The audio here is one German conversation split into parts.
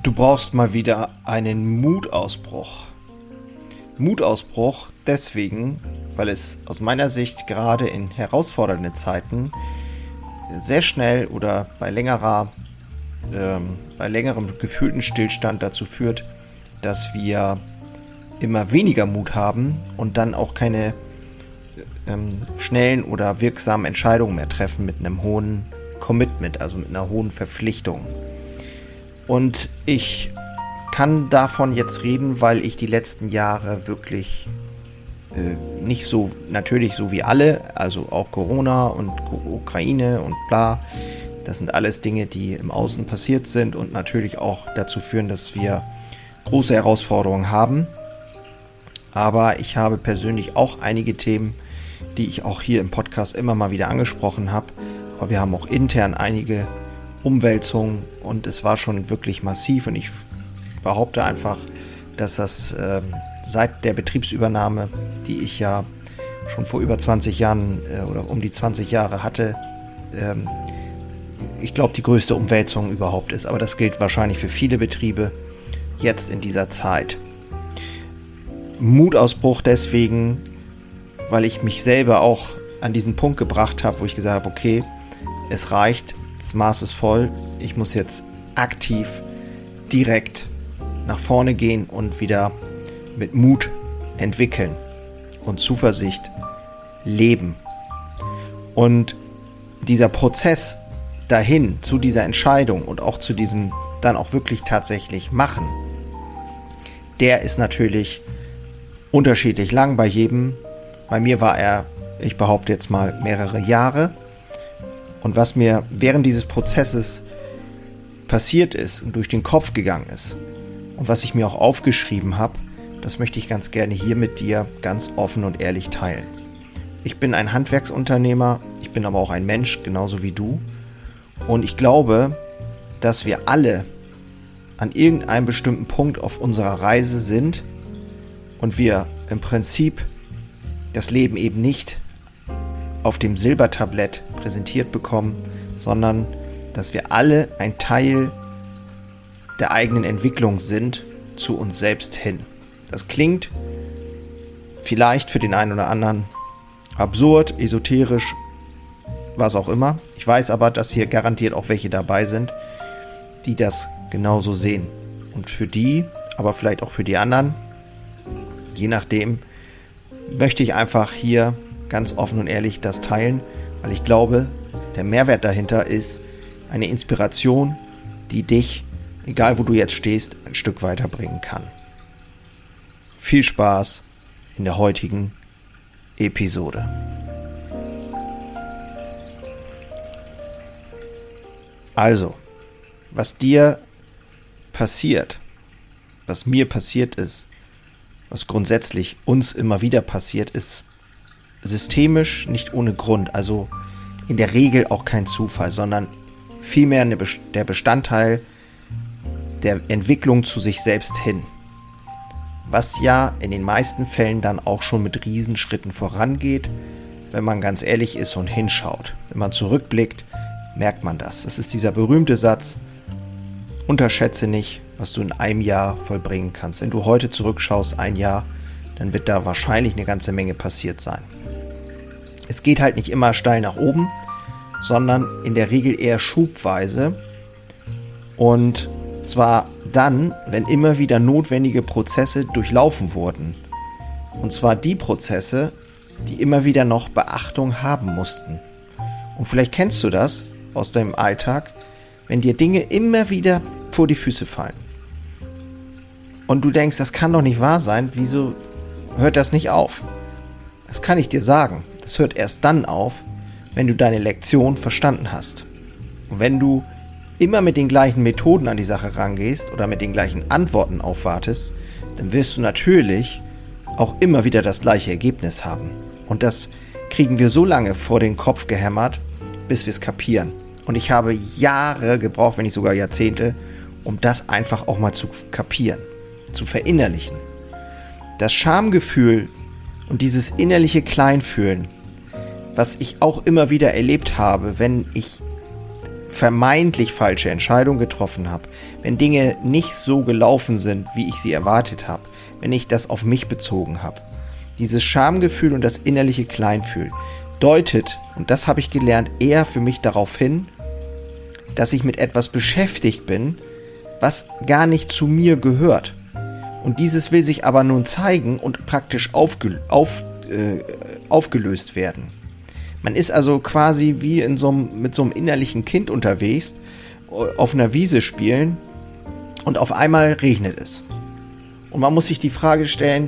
Du brauchst mal wieder einen Mutausbruch. Mutausbruch deswegen, weil es aus meiner Sicht gerade in herausfordernden Zeiten sehr schnell oder bei längerem gefühlten Stillstand dazu führt, dass wir immer weniger Mut haben und dann auch keine schnellen oder wirksamen Entscheidungen mehr treffen mit einem hohen Commitment, also mit einer hohen Verpflichtung. Und ich kann davon jetzt reden, weil ich die letzten Jahre wirklich nicht so, natürlich so wie alle, also auch Corona und Ukraine und bla, das sind alles Dinge, die im Außen passiert sind und natürlich auch dazu führen, dass wir große Herausforderungen haben. Aber ich habe persönlich auch einige Themen, die ich auch hier im Podcast immer mal wieder angesprochen habe. Aber wir haben auch intern einige Umwälzungen und es war schon wirklich massiv und ich behaupte einfach, dass das seit der Betriebsübernahme, die ich ja schon vor über 20 Jahren oder um die 20 Jahre hatte, ich glaube, die größte Umwälzung überhaupt ist. Aber das gilt wahrscheinlich für viele Betriebe jetzt in dieser Zeit. Mutausbruch deswegen, weil ich mich selber auch an diesen Punkt gebracht habe, wo ich gesagt habe, okay, es reicht, das Maß ist voll, ich muss jetzt aktiv direkt nach vorne gehen und wieder mit Mut entwickeln und Zuversicht leben. Und dieser Prozess dahin, zu dieser Entscheidung und auch zu diesem dann auch wirklich tatsächlich machen, der ist natürlich unterschiedlich lang bei jedem. Bei mir war er, ich behaupte jetzt mal, mehrere Jahre. Und was mir während dieses Prozesses passiert ist und durch den Kopf gegangen ist und was ich mir auch aufgeschrieben habe, das möchte ich ganz gerne hier mit dir ganz offen und ehrlich teilen. Ich bin ein Handwerksunternehmer, ich bin aber auch ein Mensch, genauso wie du. Und ich glaube, dass wir alle an irgendeinem bestimmten Punkt auf unserer Reise sind und wir im Prinzip das Leben eben nicht auf dem Silbertablett präsentiert bekommen, sondern dass wir alle ein Teil der eigenen Entwicklung sind zu uns selbst hin. Das klingt vielleicht für den einen oder anderen absurd, esoterisch, was auch immer. Ich weiß aber, dass hier garantiert auch welche dabei sind, die das genauso sehen. Und für die, aber vielleicht auch für die anderen, je nachdem, möchte ich einfach hier ganz offen und ehrlich das teilen, weil ich glaube, der Mehrwert dahinter ist eine Inspiration, die dich, egal wo du jetzt stehst, ein Stück weiterbringen kann. Viel Spaß in der heutigen Episode. Also, was dir passiert, was mir passiert ist, was grundsätzlich uns immer wieder passiert, ist systemisch nicht ohne Grund, also in der Regel auch kein Zufall, sondern vielmehr der Bestandteil der Entwicklung zu sich selbst hin. Was ja in den meisten Fällen dann auch schon mit Riesenschritten vorangeht, wenn man ganz ehrlich ist und hinschaut. Wenn man zurückblickt, merkt man das. Das ist dieser berühmte Satz, unterschätze nicht, was du in einem Jahr vollbringen kannst. Wenn du heute zurückschaust, ein Jahr, dann wird da wahrscheinlich eine ganze Menge passiert sein. Es geht halt nicht immer steil nach oben, sondern in der Regel eher schubweise. Und zwar dann, wenn immer wieder notwendige Prozesse durchlaufen wurden. Und zwar die Prozesse, die immer wieder noch Beachtung haben mussten. Und vielleicht kennst du das aus deinem Alltag, wenn dir Dinge immer wieder vor die Füße fallen. Und du denkst, das kann doch nicht wahr sein, wieso hört das nicht auf? Das kann ich dir sagen. Das hört erst dann auf, wenn du deine Lektion verstanden hast. Und wenn du immer mit den gleichen Methoden an die Sache rangehst oder mit den gleichen Antworten aufwartest, dann wirst du natürlich auch immer wieder das gleiche Ergebnis haben. Und das kriegen wir so lange vor den Kopf gehämmert, bis wir es kapieren. Und ich habe Jahre gebraucht, wenn nicht sogar Jahrzehnte, um das einfach auch mal zu kapieren, zu verinnerlichen. Das Schamgefühl und dieses innerliche Kleinfühlen, was ich auch immer wieder erlebt habe, wenn ich vermeintlich falsche Entscheidung getroffen habe, wenn Dinge nicht so gelaufen sind, wie ich sie erwartet habe, wenn ich das auf mich bezogen habe. Dieses Schamgefühl und das innerliche Kleinfühl deutet, und das habe ich gelernt, eher für mich darauf hin, dass ich mit etwas beschäftigt bin, was gar nicht zu mir gehört. Und dieses will sich aber nun zeigen und praktisch aufgelöst werden. Man ist also quasi wie mit so einem innerlichen Kind unterwegs, auf einer Wiese spielen und auf einmal regnet es. Und man muss sich die Frage stellen,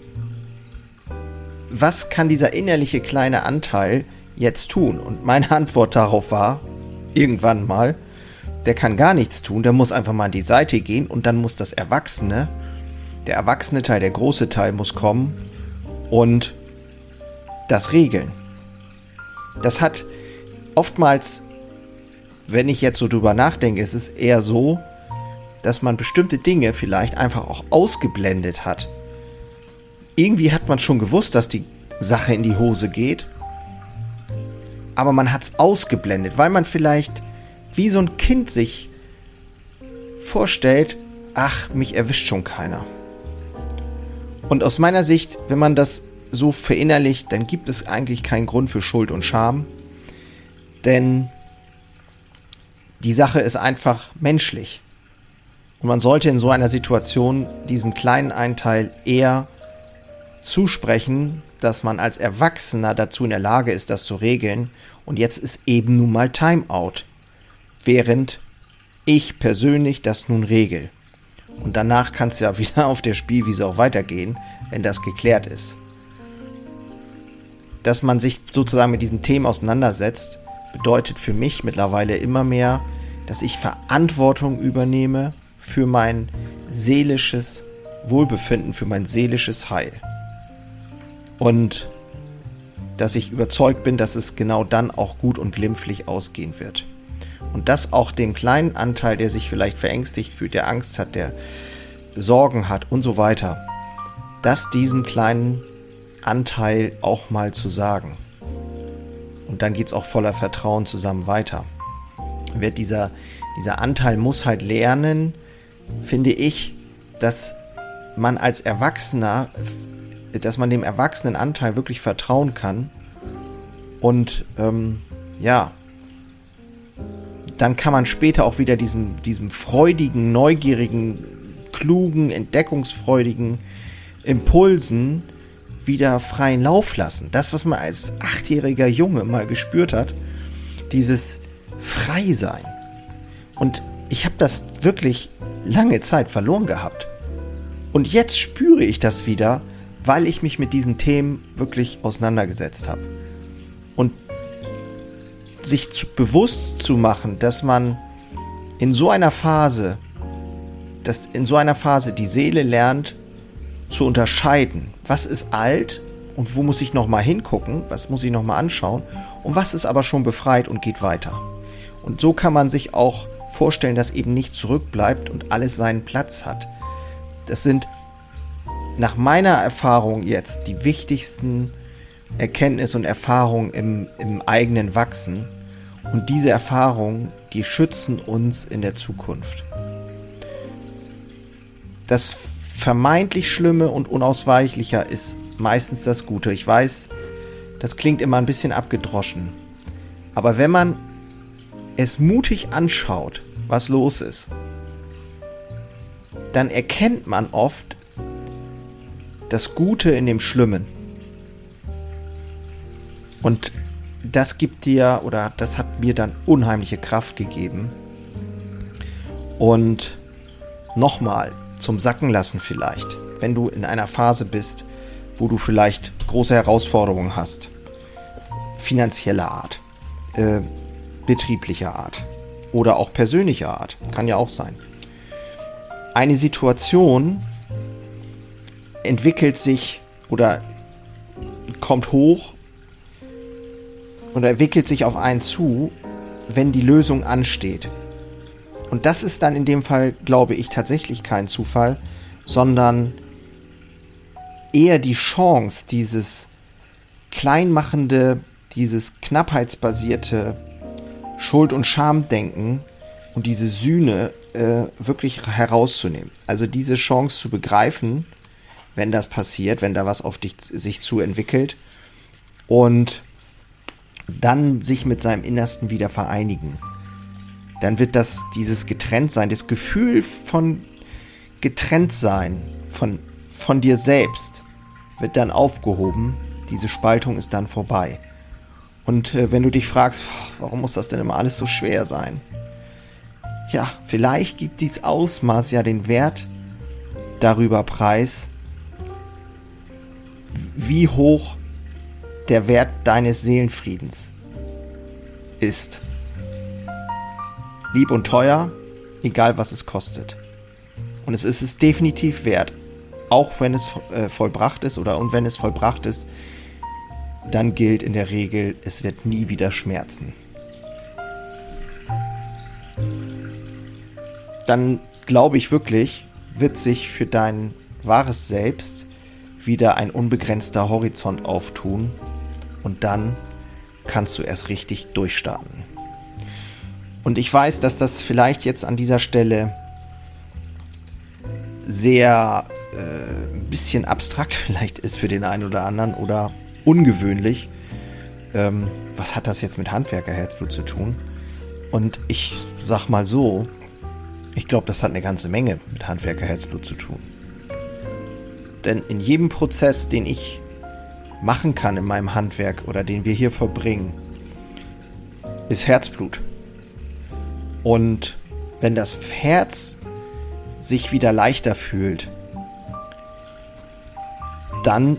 was kann dieser innerliche kleine Anteil jetzt tun? Und meine Antwort darauf war, irgendwann mal, der kann gar nichts tun, der muss einfach mal an die Seite gehen und dann muss der erwachsene Teil, der große Teil muss kommen und das regeln. Das hat oftmals, wenn ich jetzt so drüber nachdenke, ist es eher so, dass man bestimmte Dinge vielleicht einfach auch ausgeblendet hat. Irgendwie hat man schon gewusst, dass die Sache in die Hose geht, aber man hat es ausgeblendet, weil man vielleicht wie so ein Kind sich vorstellt, ach, mich erwischt schon keiner. Und aus meiner Sicht, wenn man das so verinnerlicht, dann gibt es eigentlich keinen Grund für Schuld und Scham, denn die Sache ist einfach menschlich. Und man sollte in so einer Situation diesem kleinen Anteil eher zusprechen, dass man als Erwachsener dazu in der Lage ist, das zu regeln. Und jetzt ist eben nun mal Timeout, während ich persönlich das nun regel. Und danach kann es ja wieder auf der Spielwiese auch weitergehen, wenn das geklärt ist. Dass man sich sozusagen mit diesen Themen auseinandersetzt, bedeutet für mich mittlerweile immer mehr, dass ich Verantwortung übernehme für mein seelisches Wohlbefinden, für mein seelisches Heil. Und dass ich überzeugt bin, dass es genau dann auch gut und glimpflich ausgehen wird. Und dass auch dem kleinen Anteil, der sich vielleicht verängstigt fühlt, der Angst hat, der Sorgen hat und so weiter, dass diesem kleinen Anteil auch mal zu sagen. Und dann geht es auch voller Vertrauen zusammen weiter. Dieser Anteil muss halt lernen, finde ich, dass man als Erwachsener, dass man dem erwachsenen Anteil wirklich vertrauen kann. Und dann kann man später auch wieder diesem freudigen, neugierigen, klugen, entdeckungsfreudigen Impulsen wieder freien Lauf lassen. Das, was man als 8-jähriger Junge mal gespürt hat, dieses Freisein. Und ich habe das wirklich lange Zeit verloren gehabt. Und jetzt spüre ich das wieder, weil ich mich mit diesen Themen wirklich auseinandergesetzt habe. Und sich bewusst zu machen, dass man in so einer Phase die Seele lernt zu unterscheiden, was ist alt und wo muss ich nochmal hingucken, was muss ich nochmal anschauen und was ist aber schon befreit und geht weiter. Und so kann man sich auch vorstellen, dass eben nicht zurückbleibt und alles seinen Platz hat. Das sind nach meiner Erfahrung jetzt die wichtigsten Erkenntnisse und Erfahrungen im eigenen Wachsen. Und diese Erfahrungen, die schützen uns in der Zukunft. Das vermeintlich Schlimme und Unausweichliche ist meistens das Gute. Ich weiß, das klingt immer ein bisschen abgedroschen. Aber wenn man es mutig anschaut, was los ist, dann erkennt man oft das Gute in dem Schlimmen. Und das das hat mir dann unheimliche Kraft gegeben. Und nochmal zum Sackenlassen vielleicht, wenn du in einer Phase bist, wo du vielleicht große Herausforderungen hast, finanzieller Art, betrieblicher Art oder auch persönlicher Art, kann ja auch sein. Eine Situation entwickelt sich oder kommt hoch und entwickelt sich auf einen zu, wenn die Lösung ansteht. Und das ist dann in dem Fall, glaube ich, tatsächlich kein Zufall, sondern eher die Chance, dieses kleinmachende, dieses knappheitsbasierte Schuld- und Schamdenken und diese Sühne wirklich herauszunehmen. Also diese Chance zu begreifen, wenn das passiert, wenn da was auf sich zu entwickelt und dann sich mit seinem Innersten wieder vereinigen. Dann wird dieses Getrenntsein, das Gefühl von Getrenntsein von dir selbst wird dann aufgehoben. Diese Spaltung ist dann vorbei. Und wenn du dich fragst, warum muss das denn immer alles so schwer sein? Ja, vielleicht gibt dieses Ausmaß ja den Wert darüber preis, wie hoch der Wert deines Seelenfriedens ist. Lieb und teuer, egal was es kostet. Und es ist es definitiv wert, auch wenn es vollbracht ist und wenn es vollbracht ist, dann gilt in der Regel, es wird nie wieder schmerzen. Dann glaube ich wirklich, wird sich für dein wahres Selbst wieder ein unbegrenzter Horizont auftun und dann kannst du erst richtig durchstarten. Und ich weiß, dass das vielleicht jetzt an dieser Stelle sehr ein bisschen abstrakt vielleicht ist für den einen oder anderen oder ungewöhnlich. Was hat das jetzt mit Handwerkerherzblut zu tun? Und ich sag mal so, ich glaube, das hat eine ganze Menge mit Handwerkerherzblut zu tun. Denn in jedem Prozess, den ich machen kann in meinem Handwerk oder den wir hier verbringen, ist Herzblut. Und wenn das Herz sich wieder leichter fühlt, dann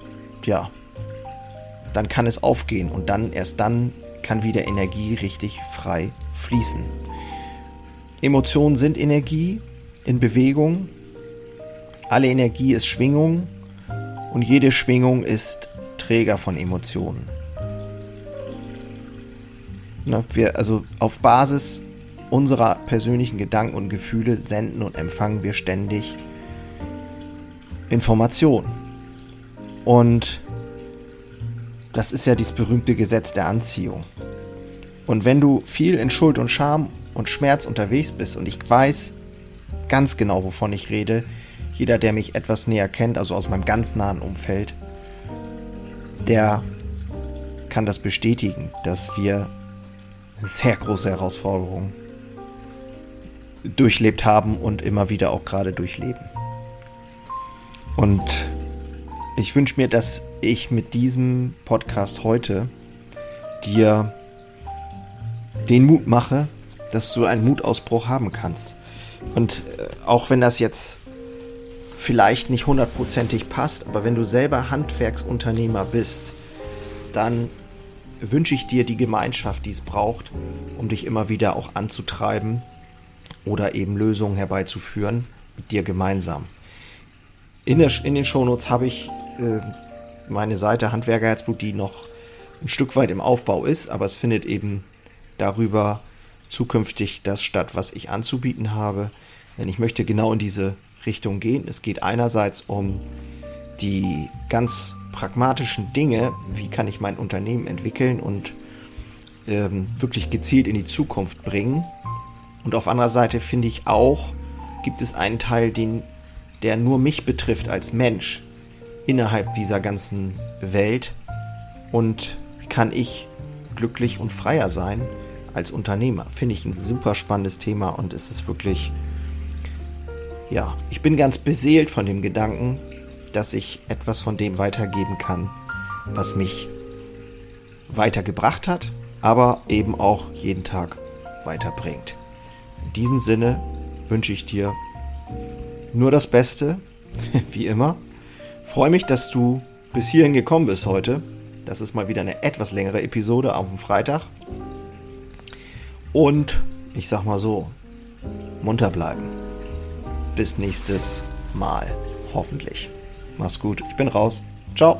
kann es aufgehen und erst dann kann wieder Energie richtig frei fließen. Emotionen sind Energie in Bewegung. Alle Energie ist Schwingung und jede Schwingung ist Träger von Emotionen. Also auf Basis unserer persönlichen Gedanken und Gefühle senden und empfangen wir ständig Informationen. Und das ist ja dieses berühmte Gesetz der Anziehung. Und wenn du viel in Schuld und Scham und Schmerz unterwegs bist, und ich weiß ganz genau, wovon ich rede, jeder, der mich etwas näher kennt, also aus meinem ganz nahen Umfeld, der kann das bestätigen, dass wir sehr große Herausforderungen durchlebt haben und immer wieder auch gerade durchleben. Und ich wünsche mir, dass ich mit diesem Podcast heute dir den Mut mache, dass du einen Mutausbruch haben kannst. Und auch wenn das jetzt vielleicht nicht hundertprozentig passt, aber wenn du selber Handwerksunternehmer bist, dann wünsche ich dir die Gemeinschaft, die es braucht, um dich immer wieder auch anzutreiben oder eben Lösungen herbeizuführen mit dir gemeinsam. In den Shownotes habe ich meine Seite Handwerkerherzblut, die noch ein Stück weit im Aufbau ist, aber es findet eben darüber zukünftig das statt, was ich anzubieten habe. Denn ich möchte genau in diese Richtung gehen. Es geht einerseits um die ganz pragmatischen Dinge, wie kann ich mein Unternehmen entwickeln und wirklich gezielt in die Zukunft bringen. Und auf anderer Seite finde ich auch, gibt es einen Teil, der nur mich betrifft als Mensch innerhalb dieser ganzen Welt. Und wie kann ich glücklich und freier sein als Unternehmer? Finde ich ein super spannendes Thema und es ist wirklich, ich bin ganz beseelt von dem Gedanken, dass ich etwas von dem weitergeben kann, was mich weitergebracht hat, aber eben auch jeden Tag weiterbringt. In diesem Sinne wünsche ich dir nur das Beste, wie immer. Freue mich, dass du bis hierhin gekommen bist heute. Das ist mal wieder eine etwas längere Episode auf dem Freitag. Und ich sag mal so, munter bleiben. Bis nächstes Mal, hoffentlich. Mach's gut, ich bin raus. Ciao.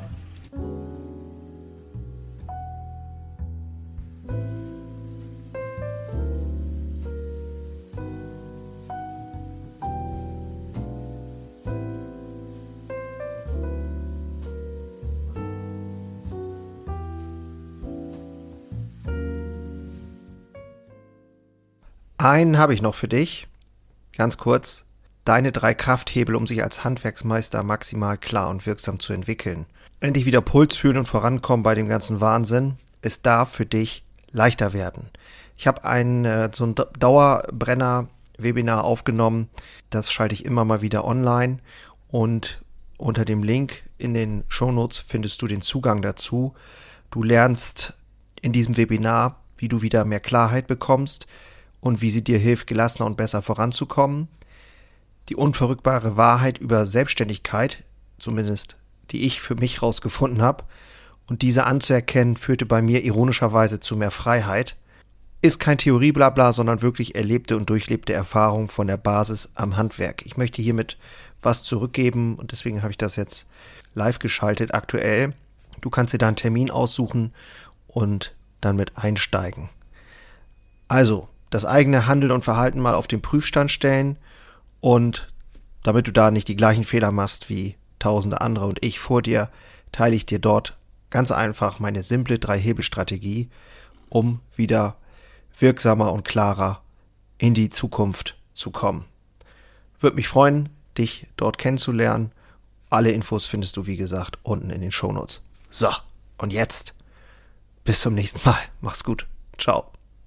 Einen habe ich noch für dich. Ganz kurz. Deine 3 Krafthebel, um sich als Handwerksmeister maximal klar und wirksam zu entwickeln. Endlich wieder Puls fühlen und vorankommen bei dem ganzen Wahnsinn. Es darf für dich leichter werden. Ich habe so ein Dauerbrenner-Webinar aufgenommen. Das schalte ich immer mal wieder online. Und unter dem Link in den Shownotes findest du den Zugang dazu. Du lernst in diesem Webinar, wie du wieder mehr Klarheit bekommst und wie sie dir hilft, gelassener und besser voranzukommen. Die unverrückbare Wahrheit über Selbstständigkeit, zumindest die ich für mich rausgefunden habe, und diese anzuerkennen, führte bei mir ironischerweise zu mehr Freiheit. Ist kein Theorieblabla, sondern wirklich erlebte und durchlebte Erfahrung von der Basis am Handwerk. Ich möchte hiermit was zurückgeben und deswegen habe ich das jetzt live geschaltet aktuell. Du kannst dir da einen Termin aussuchen und dann mit einsteigen. Also, das eigene Handeln und Verhalten mal auf den Prüfstand stellen und damit du da nicht die gleichen Fehler machst wie tausende andere und ich vor dir, teile ich dir dort ganz einfach meine simple 3-Hebel-Strategie, um wieder wirksamer und klarer in die Zukunft zu kommen. Würde mich freuen, dich dort kennenzulernen. Alle Infos findest du, wie gesagt, unten in den Shownotes. So, und jetzt bis zum nächsten Mal. Mach's gut. Ciao.